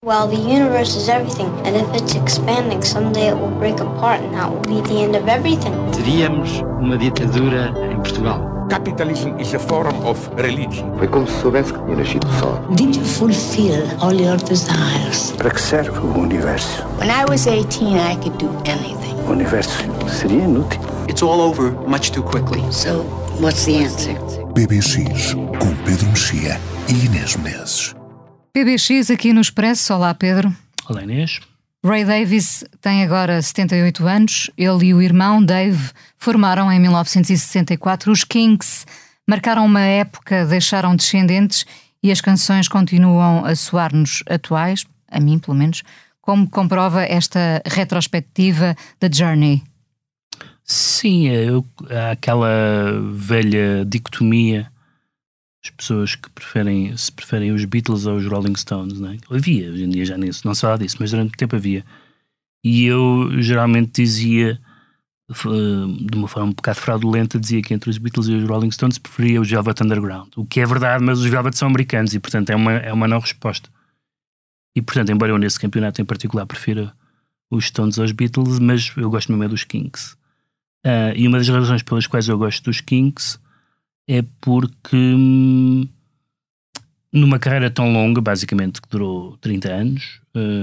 Well, the universe is everything, and if it's expanding, someday it will break apart, and that will be the end of everything. Teríamos uma ditadura em Portugal. Capitalism is a form of religion. Foi como se soubesse que tinha nascido só. Did you fulfill all your desires? Para que serve o universo? When I was 18, I could do anything. O universo seria inútil. It's all over much too quickly. So, what's the answer? PBX, com Pedro Mexia e Inês Menezes. PBX aqui no Expresso. Olá, Pedro. Olá, Inês. Ray Davies tem agora 78 anos. Ele e o irmão Dave formaram em 1964 os Kinks. Marcaram uma época, deixaram descendentes e as canções continuam a soar-nos atuais, a mim pelo menos, como comprova esta retrospectiva da Journey. Sim, há aquela velha dicotomia, as pessoas que preferem os Beatles ou os Rolling Stones, não é? Havia, hoje em dia já não se fala disso, mas durante muito tempo havia. E eu geralmente dizia, de uma forma um bocado fraudulenta, dizia que entre os Beatles e os Rolling Stones preferia os Velvet Underground. O que é verdade, mas os Velvet são americanos e, portanto, é uma não resposta. E, portanto, embora eu nesse campeonato em particular prefira os Stones aos Beatles, mas eu gosto mesmo dos Kinks. E uma das razões pelas quais eu gosto dos Kinks é porque numa carreira tão longa, basicamente que durou 30 anos,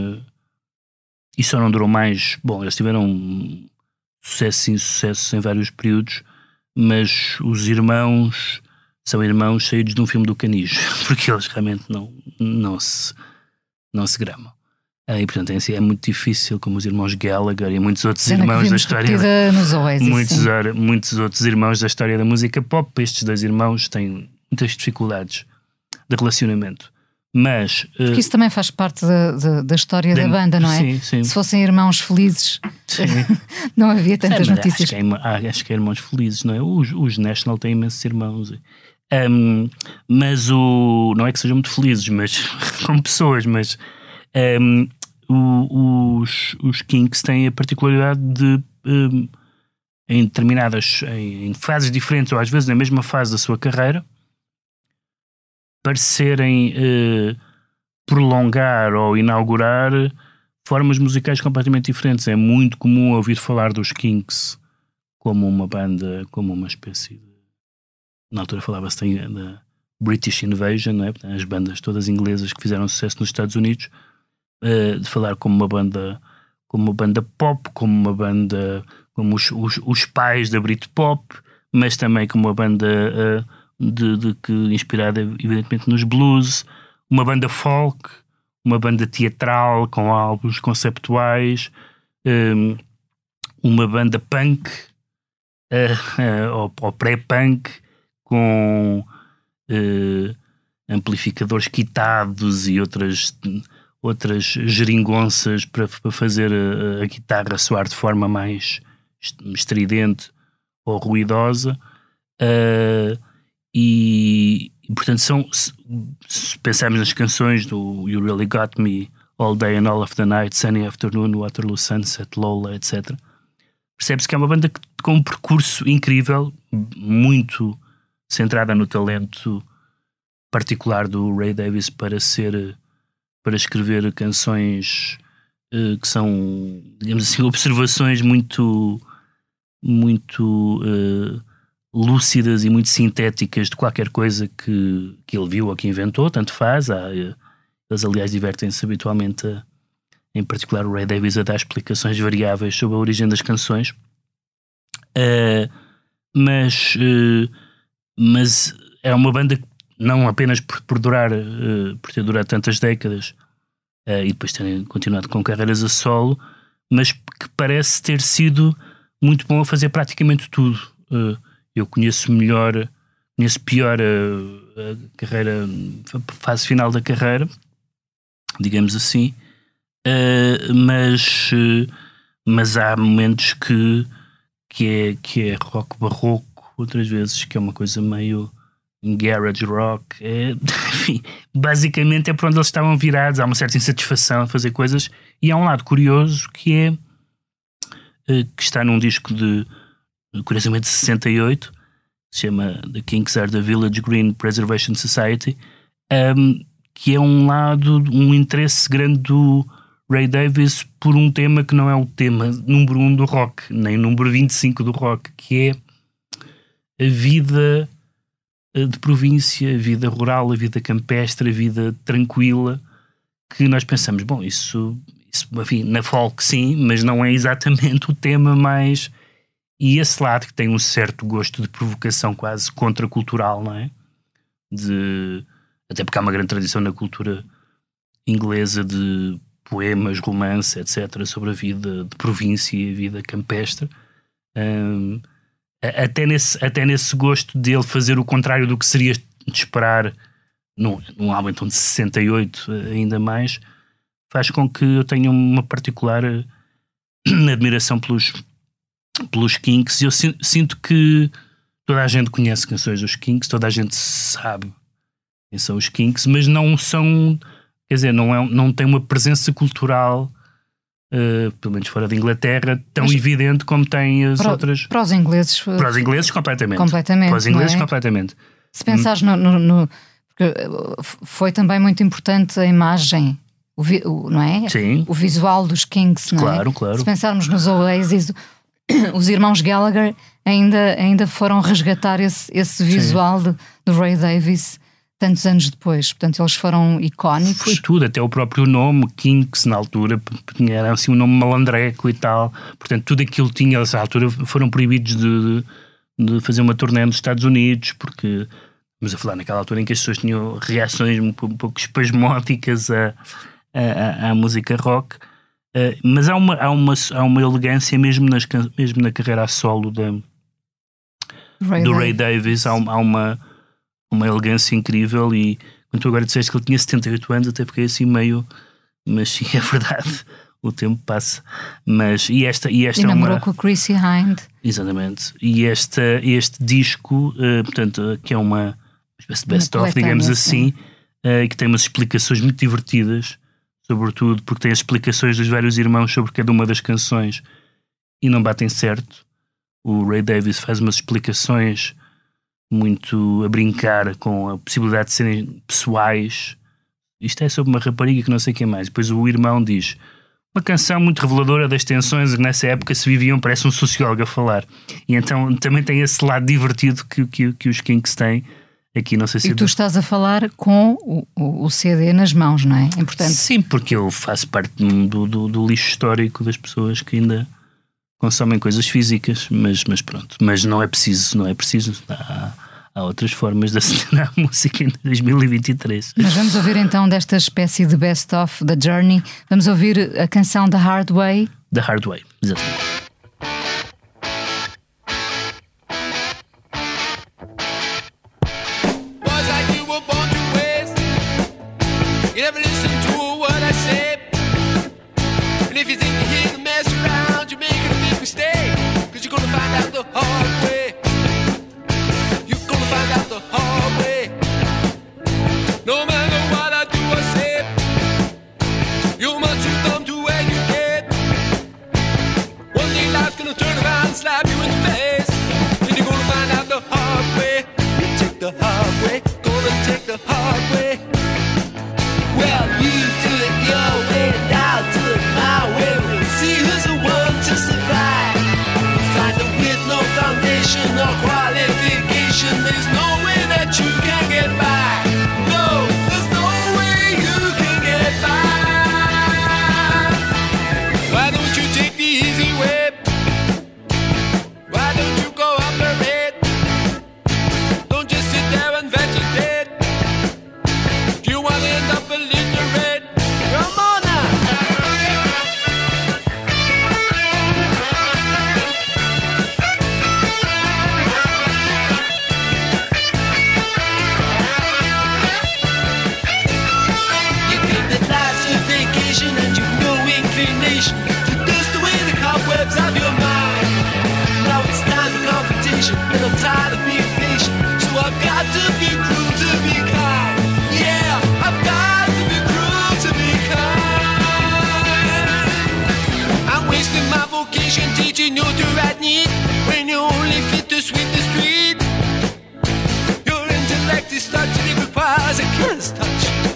e só não durou mais, bom, eles tiveram sucesso em vários períodos, mas os irmãos são irmãos saídos de um filme do Canijo, porque eles realmente não se gramam. E portanto é muito difícil, como os irmãos Gallagher e muitos outros irmãos da história muitos outros irmãos da história da música pop. Estes dois irmãos têm muitas dificuldades de relacionamento, mas porque isso também faz parte da história da banda, não é? Sim, sim. Se fossem irmãos felizes não havia tantas notícias. Acho que é irmãos felizes, não é? Os National têm imensos irmãos, mas não é que sejam muito felizes, mas como pessoas, mas os Kinks têm a particularidade de em determinadas em fases diferentes ou às vezes na mesma fase da sua carreira parecerem prolongar ou inaugurar formas musicais completamente diferentes. É muito comum ouvir falar dos Kinks como uma banda, como uma espécie de... Na altura falava-se da British Invasion, não é? As bandas todas inglesas que fizeram sucesso nos Estados Unidos, de falar como uma banda pop, como uma banda, como os pais da Britpop, mas também como uma banda que inspirada evidentemente nos blues, uma banda folk, uma banda teatral com álbuns conceptuais, uma banda punk ou pré-punk com amplificadores quitados e outras geringonças para fazer a guitarra soar de forma mais estridente ou ruidosa, e portanto se pensarmos nas canções do You Really Got Me, All Day and All of the Night, Sunny Afternoon, Waterloo Sunset, Lola, etc., percebe-se que é uma banda com um percurso incrível, muito centrada no talento particular do Ray Davies para escrever canções que são, digamos assim, observações muito lúcidas e muito sintéticas de qualquer coisa que ele viu ou que inventou, tanto faz. Eles, aliás, divertem-se habitualmente, em particular o Ray Davies, a dar explicações variáveis sobre a origem das canções. Mas é uma banda que não apenas por ter durado tantas décadas e depois terem continuado com carreiras a solo, mas que parece ter sido muito bom a fazer praticamente tudo. Eu conheço pior a carreira, a fase final da carreira, digamos assim, mas há momentos que é rock barroco, outras vezes que é uma coisa meio garage rock, enfim, basicamente é para onde eles estavam virados. Há uma certa insatisfação a fazer coisas, e há um lado curioso que está num disco curiosamente de 68, se chama The Kinks Are the Village Green Preservation Society, que é um interesse grande do Ray Davies por um tema que não é o tema número 1 do rock, nem número 25 do rock, que é a vida de província, a vida rural, a vida campestre, a vida tranquila, que nós pensamos, bom, isso enfim, na folk sim, mas não é exatamente o tema mais... E esse lado que tem um certo gosto de provocação quase contracultural, não é? Até porque há uma grande tradição na cultura inglesa de poemas, romance, etc., sobre a vida de província e a vida campestre. Até nesse gosto dele fazer o contrário do que seria de esperar num álbum então de 68 ainda mais, faz com que eu tenha uma particular admiração pelos Kinks. Eu sinto que toda a gente conhece canções dos Kinks, toda a gente sabe quem são os Kinks, mas não são, quer dizer, não tem uma presença cultural, pelo menos fora da Inglaterra, tão evidente como tem as outras. Para os ingleses, completamente. Para os ingleses, completamente. Se pensares porque foi também muito importante a imagem, não é? Sim. O visual dos Kinks, não é? Claro. Se pensarmos nos Oasis, os irmãos Gallagher ainda foram resgatar esse visual do Ray Davies tantos anos depois. Portanto, eles foram icónicos. Foi tudo, até o próprio nome, Kinks, na altura, era assim um nome malandreco e tal. Portanto, tudo aquilo tinha, nessa altura, foram proibidos de fazer uma turnê nos Estados Unidos, porque, vamos a falar naquela altura em que as pessoas tinham reações um pouco espasmódicas à música rock. Mas há uma elegância mesmo na carreira a solo do Ray Davies. Há uma elegância incrível. E quando tu agora disseste que ele tinha 78 anos, até fiquei assim meio, mas sim, é verdade, o tempo passa. E namorou com a Chrissie Hynde. Exatamente. E este disco, portanto, que é uma espécie de best-of, digamos assim, que tem umas explicações muito divertidas, sobretudo porque tem as explicações dos vários irmãos sobre cada uma das canções e não batem certo. O Ray Davies faz umas explicações muito a brincar com a possibilidade de serem pessoais. Isto é sobre uma rapariga que não sei quem mais. Depois o irmão diz uma canção muito reveladora das tensões que nessa época se viviam, parece um sociólogo a falar. E então também tem esse lado divertido que os Kinks têm. Aqui, não sei se tu estás a falar com o CD nas mãos, não é? Importante. Sim, porque eu faço parte do lixo histórico das pessoas que ainda consomem coisas físicas, mas pronto. Mas não é preciso. Há outras formas de acender a música em 2023. Mas vamos ouvir então desta espécie de best-of da Journey. Vamos ouvir a canção The Hard Way. The Hard Way, exatamente.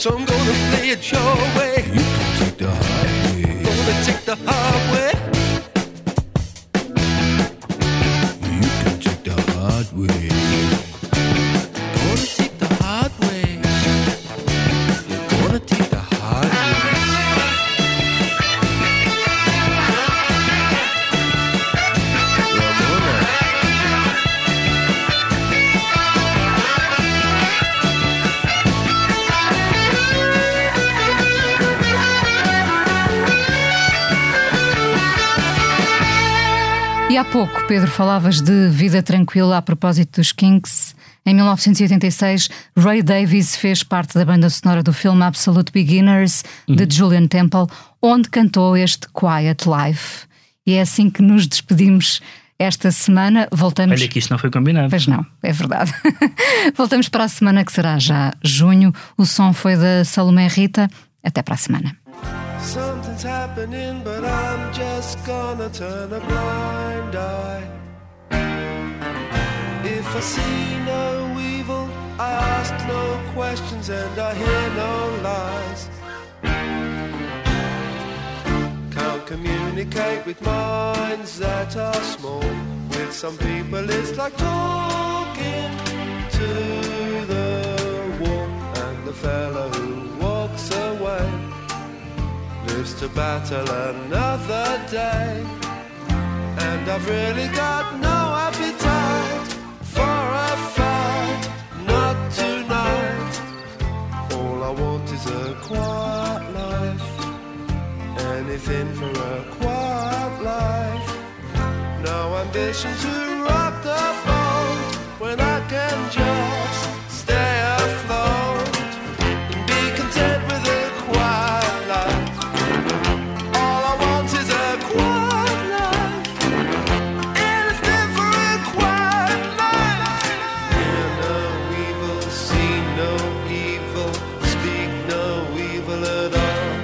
So I'm gonna play it your way. You can take the hard way. Gonna take the hard way. You can take the hard way. Gonna take the hard way. You're gonna take the hard way. E há pouco, Pedro, falavas de vida tranquila a propósito dos Kinks. Em 1986, Ray Davies fez parte da banda sonora do filme Absolute Beginners, de Julian Temple, onde cantou este Quiet Life. E é assim que nos despedimos esta semana. Voltamos... Olha que isto não foi combinado. Pois não, é verdade. Voltamos para a semana, que será já junho. O som foi da Salomé Rita. Até para a semana. Something's happening, but I'm just gonna turn a blind eye. If I see no evil, I ask no questions and I hear no lies. Can't communicate with minds that are small. With some people it's like talking to the wall. And the fellow who walks away lives to battle another day. And I've really got no appetite for a fight, not tonight. All I want is a quiet life. Anything for a quiet life. No ambition to rock the boat when I can just stay afloat and be content with a quiet life. All I want is a quiet life. Anything for a quiet life. Hear no evil, see no evil, speak no evil at all.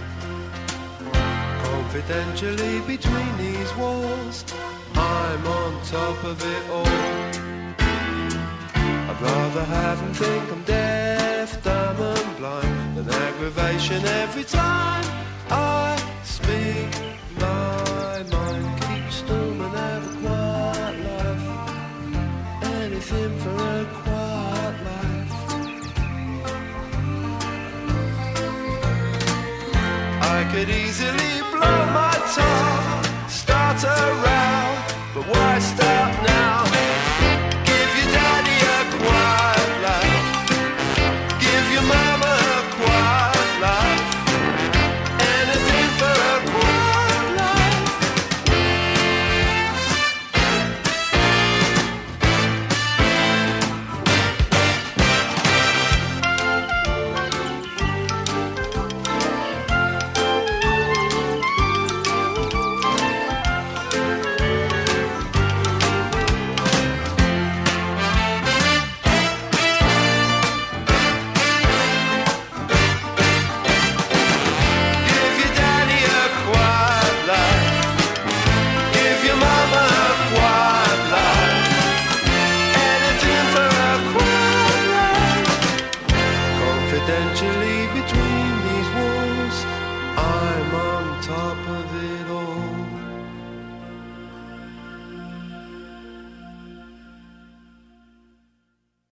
Confidentially between these walls, I'm on top of it all. I'd rather have them think I'm deaf, dumb and blind than aggravation every time I speak my mind. Keep still and have a quiet life. Anything for a quiet life. I could easily blow my top, start around, but why start now? Give your daddy a quiet life. Give your mama a quiet life. Anything for a quiet life. Give your daddy a quiet life. Give your mama a quiet life. Anything for a quiet life. Confidentially